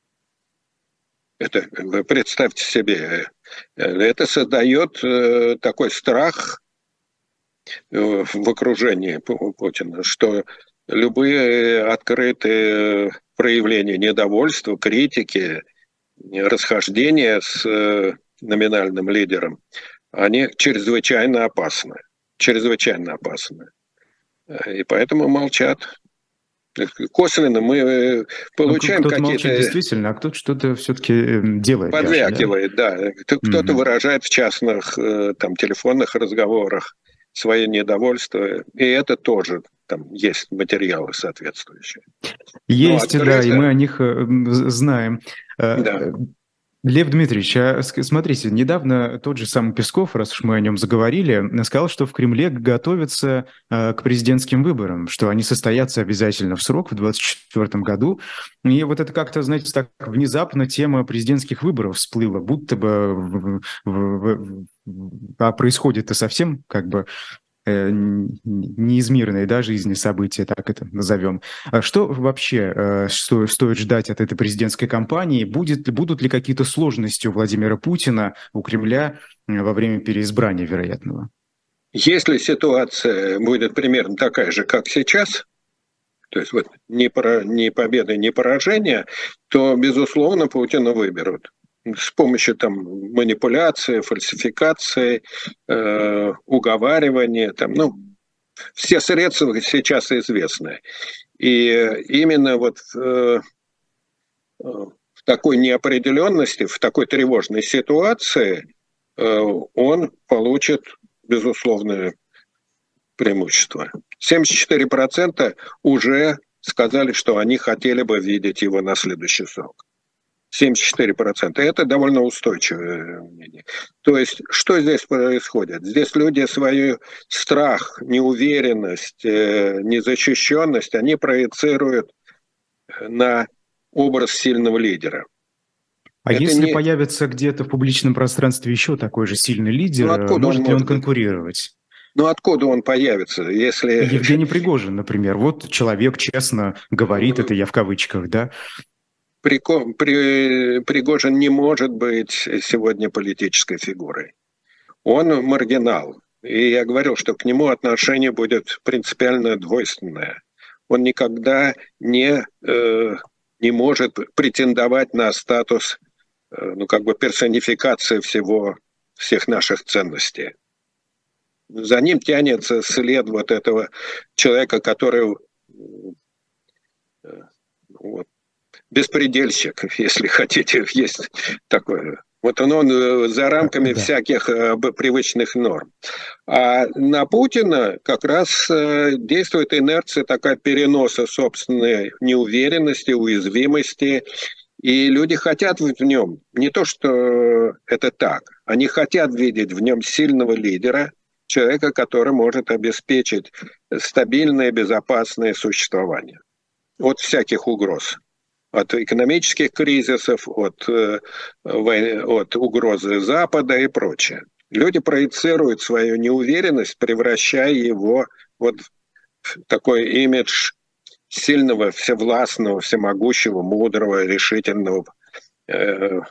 Это, вы представьте себе, это создает такой страх в окружении Путина, что любые открытые проявления недовольства, критики, расхождения с э, номинальным лидером, они чрезвычайно опасны. Чрезвычайно опасны. И поэтому молчат. Косвенно мы Ну, получаем кто-то молчит какие-то... действительно, а кто-то что-то все-таки делает даже, да? Подвякивает, да. Кто-то Мгм. выражает в частных там, телефонных разговорах свое недовольство. И это тоже там есть материалы соответствующие. Но Есть, да, и мы открыто, о них э, м, з- знаем. Э, да. э, Лев Дмитриевич, а ск- смотрите, недавно тот же самый Песков, раз уж мы о нем заговорили, сказал, что в Кремле готовятся э, к президентским выборам, что они состоятся обязательно в срок в двадцать четвёртом году. И вот это как-то, знаете, так внезапно тема президентских выборов всплыла, будто бы в- в- в- в- а происходит-то совсем как бы э, н- неизмерные, да, жизни события, так это назовем. А что вообще э, сто- стоит ждать от этой президентской кампании? Будет, будут ли какие-то сложности у Владимира Путина, у Кремля э, во время переизбрания вероятного? Если ситуация будет примерно такая же, как сейчас, то есть вот ни, пора, ни победы, ни поражения, то, безусловно, Путина выберут. С помощью там, манипуляции, фальсификации, э, уговаривания, там, ну, все средства сейчас известны. И именно вот э, в такой неопределенности, в такой тревожной ситуации э, он получит безусловное преимущество. семьдесят четыре процента уже сказали, что они хотели бы видеть его на следующий срок. семьдесят четыре процента. Это довольно устойчивое мнение. То есть, что здесь происходит? Здесь люди свою страх, неуверенность, незащищенность, они проецируют на образ сильного лидера. А Это если не... появится где-то в публичном пространстве еще такой же сильный Ну, лидер, э, откуда он может ли он может быть? конкурировать? Ну, откуда он появится, если... Евгений Пригожин, например, вот человек честно говорит, это я в кавычках, да. Пригожин не может быть сегодня политической фигурой. Он маргинал. И я говорил, что к нему отношение будет принципиально двойственное. Он никогда не, э, не может претендовать на статус э, ну, как бы персонификации всего, всех наших ценностей. За ним тянется след вот этого человека, который э, вот, беспредельщик, если хотите, есть такое. Вот он, он за рамками Да. всяких э, привычных норм. А на Путина как раз э, действует инерция такая переноса собственной неуверенности, уязвимости. И люди хотят в нем, не то что это так, они хотят видеть в нем сильного лидера, человека, который может обеспечить стабильное, безопасное существование от всяких угроз. От экономических кризисов, от, от угрозы Запада и прочее. Люди проецируют свою неуверенность, превращая его вот в такой имидж сильного, всевластного, всемогущего, мудрого, решительного. Это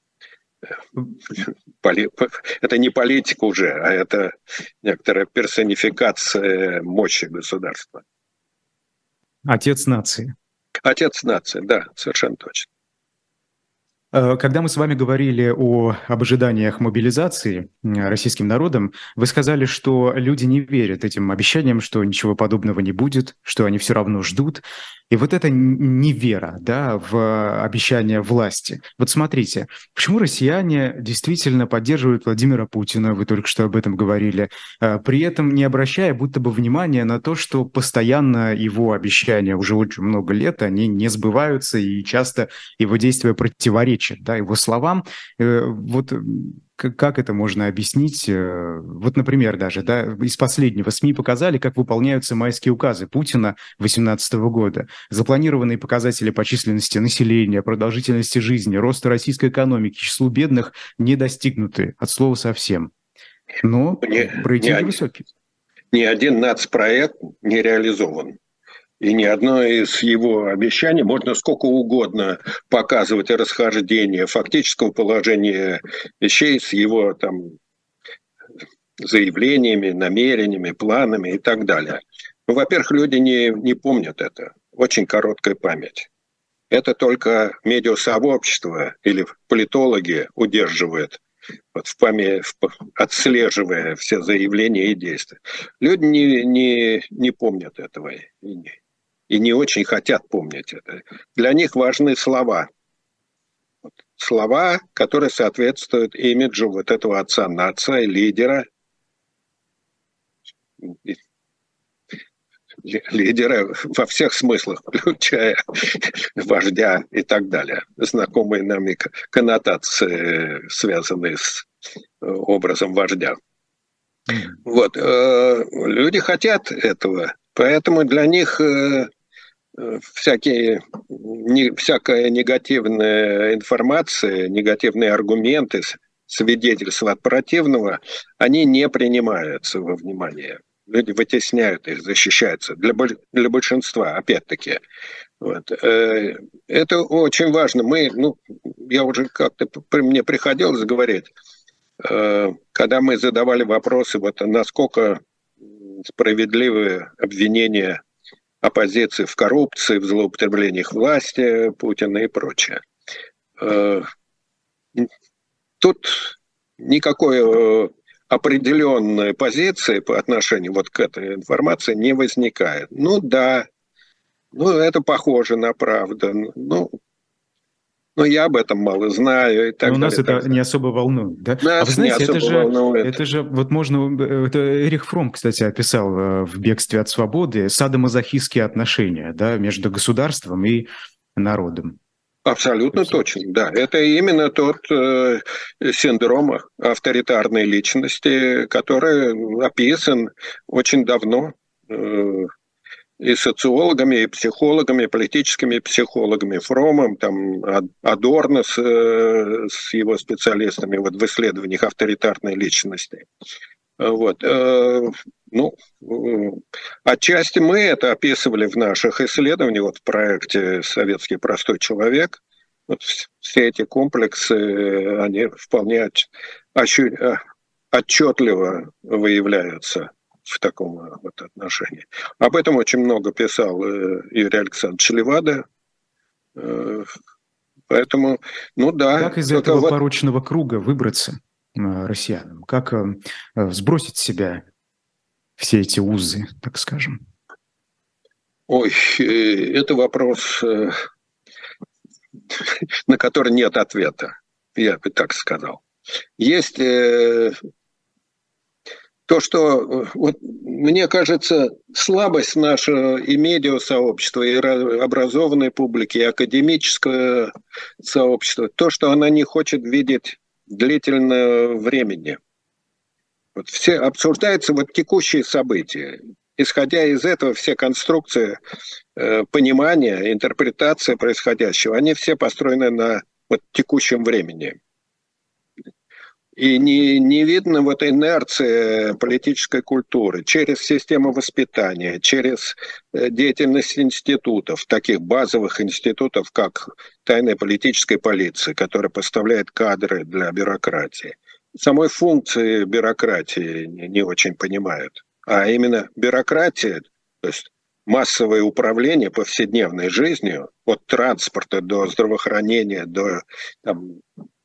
не политика уже, а это некоторая персонификация мощи государства. Отец нации. Отец нации, да, совершенно точно. Когда мы с вами говорили о, об ожиданиях мобилизации российским народом, вы сказали, что люди не верят этим обещаниям, что ничего подобного не будет, что они все равно ждут. И вот эта невера, да, в обещания власти. Вот смотрите, почему россияне действительно поддерживают Владимира Путина, вы только что об этом говорили, при этом не обращая будто бы внимания на то, что постоянно его обещания уже очень много лет, они не сбываются, и часто его действия противоречат, да, его словам. Вот как это можно объяснить? Вот, например, даже, да, из последнего СМИ показали, как выполняются майские указы Путина две тысячи восемнадцатого года. Запланированные показатели по численности населения, продолжительности жизни, роста российской экономики, числу бедных не достигнуты от слова совсем. Но не, рейтинги не, высокие. Ни один нацпроект не реализован. И ни одно из его обещаний можно сколько угодно показывать расхождение фактического положения вещей с его там заявлениями, намерениями, планами и так далее. Ну, во-первых, люди не, не помнят это. Очень короткая память. Это только медиасообщество или политологи удерживают, вот в памяти, отслеживая все заявления и действия. Люди не, не, не помнят этого и не, и не очень хотят помнить это. Для них важны слова. Вот, слова, которые соответствуют имиджу вот этого отца нации, лидера, лидера во всех смыслах, включая вождя и так далее. Знакомые нами коннотации, связанные с образом вождя. Mm-hmm. Вот. Люди хотят этого, поэтому для них всякие, не, всякая негативная информация, негативные аргументы, свидетельства от противного, они не принимаются во внимание. Люди вытесняют их, защищаются. Для, для большинства, опять-таки. Вот. Это очень важно. Мы, ну, я уже как-то, мне приходилось говорить, когда мы задавали вопросы, вот, насколько справедливы обвинения оппозиции в коррупции, в злоупотреблениях власти Путина и прочее. Тут никакой определенной позиции по отношению вот к этой информации не возникает. Ну да, ну это похоже на правду, ну, ну я об этом мало знаю и так Но далее. нас это не особо волнует, да? Нас а вы знаете, это же, волнует. это же, вот можно, это Эрих Фромм, кстати, описал в «Бегстве от свободы» садомазохистские отношения, да, между государством и народом. Абсолютно точно, да. Это именно тот э, синдром авторитарной личности, который описан очень давно э, и социологами, и психологами, и политическими психологами, Фромом, там, Адорно с, э, с его специалистами вот, в исследованиях авторитарной личности. Вот. Э, ну, э, отчасти мы это описывали в наших исследованиях, вот в проекте «Советский простой человек». Вот все эти комплексы, они вполне ощу- отчетливо выявляются в таком вот отношении. Об этом очень много писал Юрий Александрович Левада. Поэтому, ну да. Как из этого вот... порочного круга выбраться россиянам? Как сбросить с себя все эти узы, так скажем? Ой, это вопрос, на который нет ответа, я бы так сказал. Есть то, что, вот, мне кажется, слабость нашего и медиасообщества, и образованной публики, и академического сообщества, то, что она не хочет видеть длительного времени. Вот все обсуждаются вот текущие события. Исходя из этого, все конструкции э, понимания, интерпретация происходящего, они все построены на вот, текущем времени. И не, не видно вот инерции политической культуры через систему воспитания, через деятельность институтов, таких базовых институтов, как тайная политическая полиция, которая поставляет кадры для бюрократии. Самой функции бюрократии не, не очень понимают. А именно бюрократия, то есть массовое управление повседневной жизнью, от транспорта до здравоохранения, до там,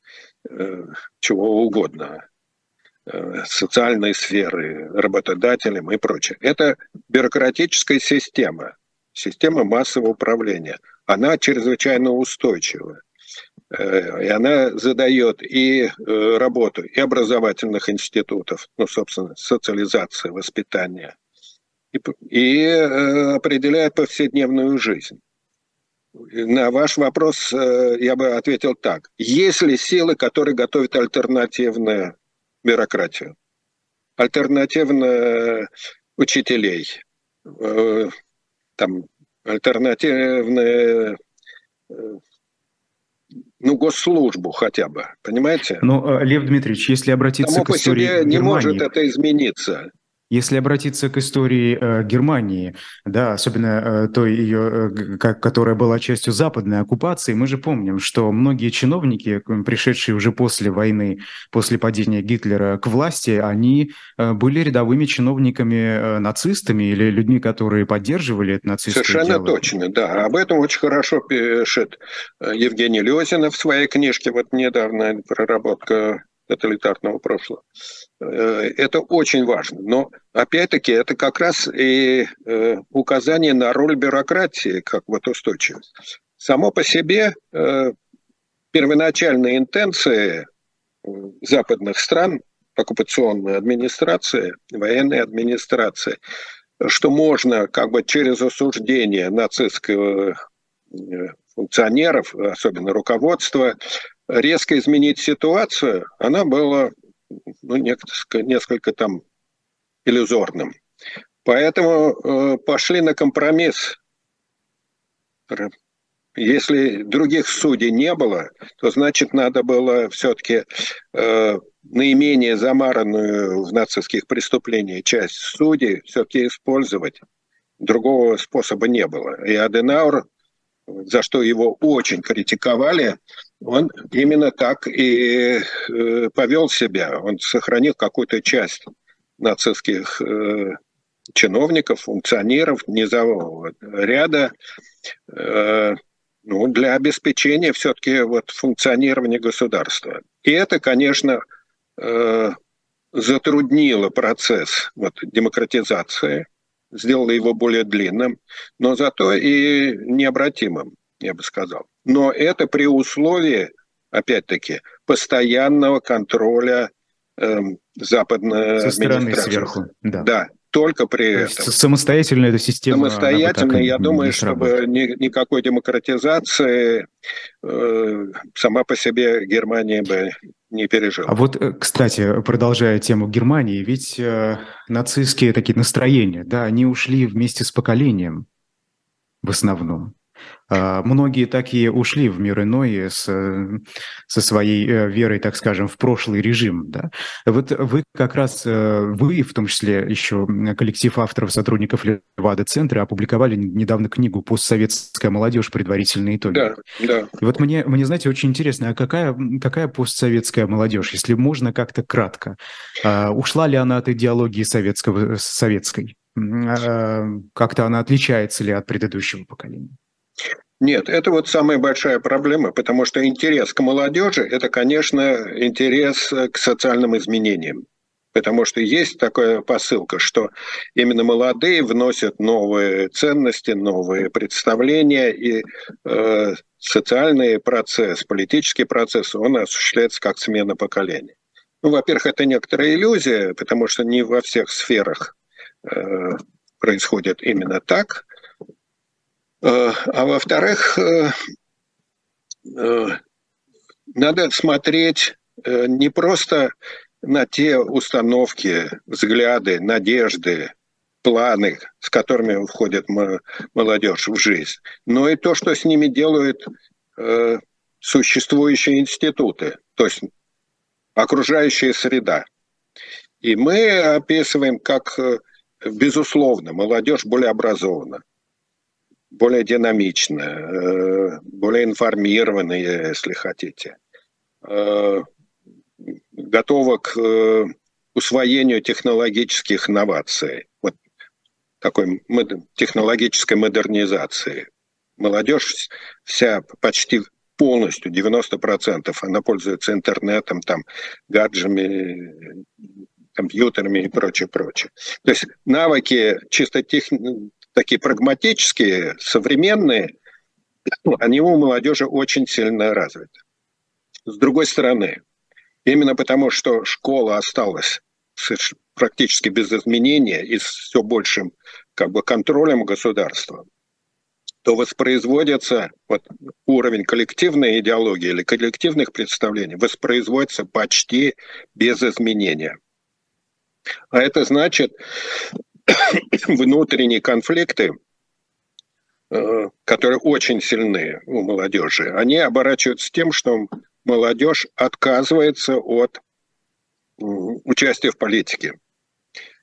чего угодно, социальной сферы, работодателям и прочее. Это бюрократическая система, система массового управления. Она чрезвычайно устойчива. И она задает и работу и образовательных институтов, ну, собственно, социализация, воспитание, и, и определяет повседневную жизнь. На ваш вопрос я бы ответил так. Есть ли силы, которые готовят альтернативную бюрократию? Альтернативно учителей, там, альтернативные, ну, госслужбу хотя бы, понимаете? Но, Лев Дмитриевич, если обратиться Само к истории по себе Германии... не может это измениться. Если обратиться к истории э, Германии, да, особенно э, той ее, э, как, которая была частью западной оккупации, мы же помним, что многие чиновники, пришедшие уже после войны, после падения Гитлера к власти, они э, были рядовыми чиновниками э, нацистами или людьми, которые поддерживали эту нацистскую Совершенно идеологию. точно, да. Об этом очень хорошо пишет Евгений Лёзин в своей книжке, вот недавно «Проработка тоталитарного прошлого». Это очень важно. Но, опять-таки, это как раз и указание на роль бюрократии, как вот устойчивость. Само по себе первоначальные интенции западных стран, оккупационной администрации, военной администрации, что можно как бы через осуждение нацистского функционеров, особенно руководства, резко изменить ситуацию, она была ну, несколько, несколько там иллюзорным. Поэтому э, пошли на компромисс. Если других судей не было, то значит надо было все-таки э, наименее замаранную в нацистских преступлениях часть судей все-таки использовать. Другого способа не было. И Аденауэр, за что его очень критиковали, он именно так и э, повел себя. Он сохранил какую-то часть нацистских э, чиновников, функционеров, низового ряда, э, ну, для обеспечения все-таки вот функционирования государства. И это, конечно, э, затруднило процесс вот, демократизации, сделало его более длинным, но зато и необратимым, я бы сказал. Но это при условии, опять-таки, постоянного контроля э, западной Со стороны администрации. сверху, да. Да, только при То этом. есть самостоятельно эта система, Самостоятельно, я не думаю, чтобы ни, никакой демократизации э, сама по себе Германия бы не пережила. А вот, кстати, продолжая тему Германии, ведь э, нацистские такие настроения, да, они ушли вместе с поколением в основном. Uh, многие такие ушли в мир иной с, со своей uh, верой, так скажем, в прошлый режим. Да? Вот вы как раз, uh, вы, в том числе еще коллектив авторов, сотрудников Левада-центра, опубликовали недавно книгу «Постсоветская молодежь. Предварительные итоги». Да, да. И вот мне, мне, знаете, очень интересно, а какая, какая постсоветская молодежь, если можно как-то кратко? Uh, ушла ли она от идеологии советского, советской? Uh, как-то она отличается ли от предыдущего поколения? Нет, это вот самая большая проблема, потому что интерес к молодежи – это, конечно, интерес к социальным изменениям. Потому что есть такая посылка, что именно молодые вносят новые ценности, новые представления, и э, социальный процесс, политический процесс, он осуществляется как смена поколений. Ну, во-первых, это некоторая иллюзия, потому что не во всех сферах э, происходит именно так. А во-вторых, надо смотреть не просто на те установки, взгляды, надежды, планы, с которыми входит молодежь в жизнь, но и то, что с ними делают существующие институты, то есть окружающая среда. И мы описываем, как, безусловно, молодежь более образована, более динамичная, более информированная, если хотите, готова к усвоению технологических инноваций, вот такой технологической модернизации. Молодежь вся почти полностью, девяносто процентов, она пользуется интернетом, там, гаджетами, компьютерами и прочее, прочее. То есть навыки чисто технические, такие прагматические, современные, они у молодежи очень сильно развиты. С другой стороны, именно потому, что школа осталась практически без изменения и с все большим как бы, контролем государства, то воспроизводится вот, уровень коллективной идеологии или коллективных представлений воспроизводится почти без изменения. А это значит, внутренние конфликты, которые очень сильны у молодежи, они оборачиваются тем, что молодежь отказывается от участия в политике.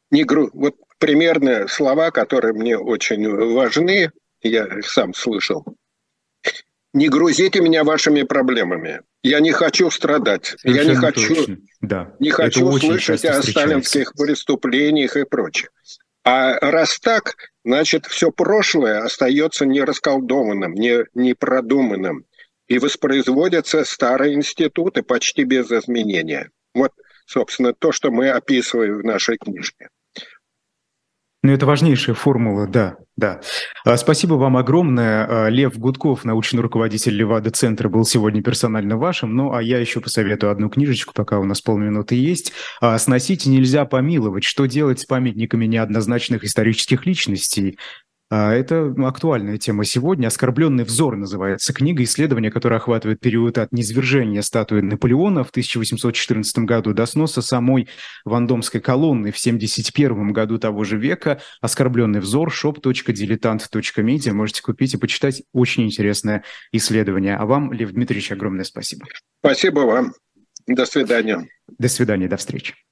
Не гру... Вот примерно слова, которые мне очень важны, я их сам слышал. Не грузите меня вашими проблемами. Я не хочу страдать. Совершенно я не хочу, точно. Да. не хочу слышать о встречается. сталинских преступлениях и прочее. А раз так, значит, все прошлое остается нерасколдованным, не, непродуманным. И воспроизводятся старые институты почти без изменения. Вот, собственно, то, что мы описываем в нашей книжке. Ну, это важнейшая формула, да, да. Спасибо вам огромное. Лев Гудков, научный руководитель Левада-центра, был сегодня персонально вашим. Ну, а я еще посоветую одну книжечку, пока у нас полминуты есть. «Сносить нельзя помиловать. Что делать с памятниками неоднозначных исторических личностей?» Это актуальная тема сегодня. «Оскорбленный взор» называется книга, исследование, которое охватывает период от низвержения статуи Наполеона в тысяча восемьсот четырнадцатом году до сноса самой Вандомской колонны в семьдесят первом году того же века. «Оскорбленный взор», шоп точка дилетант точка медиа. Можете купить и почитать. Очень интересное исследование. А вам, Лев Дмитриевич, огромное спасибо. Спасибо вам. До свидания. До свидания, до встречи.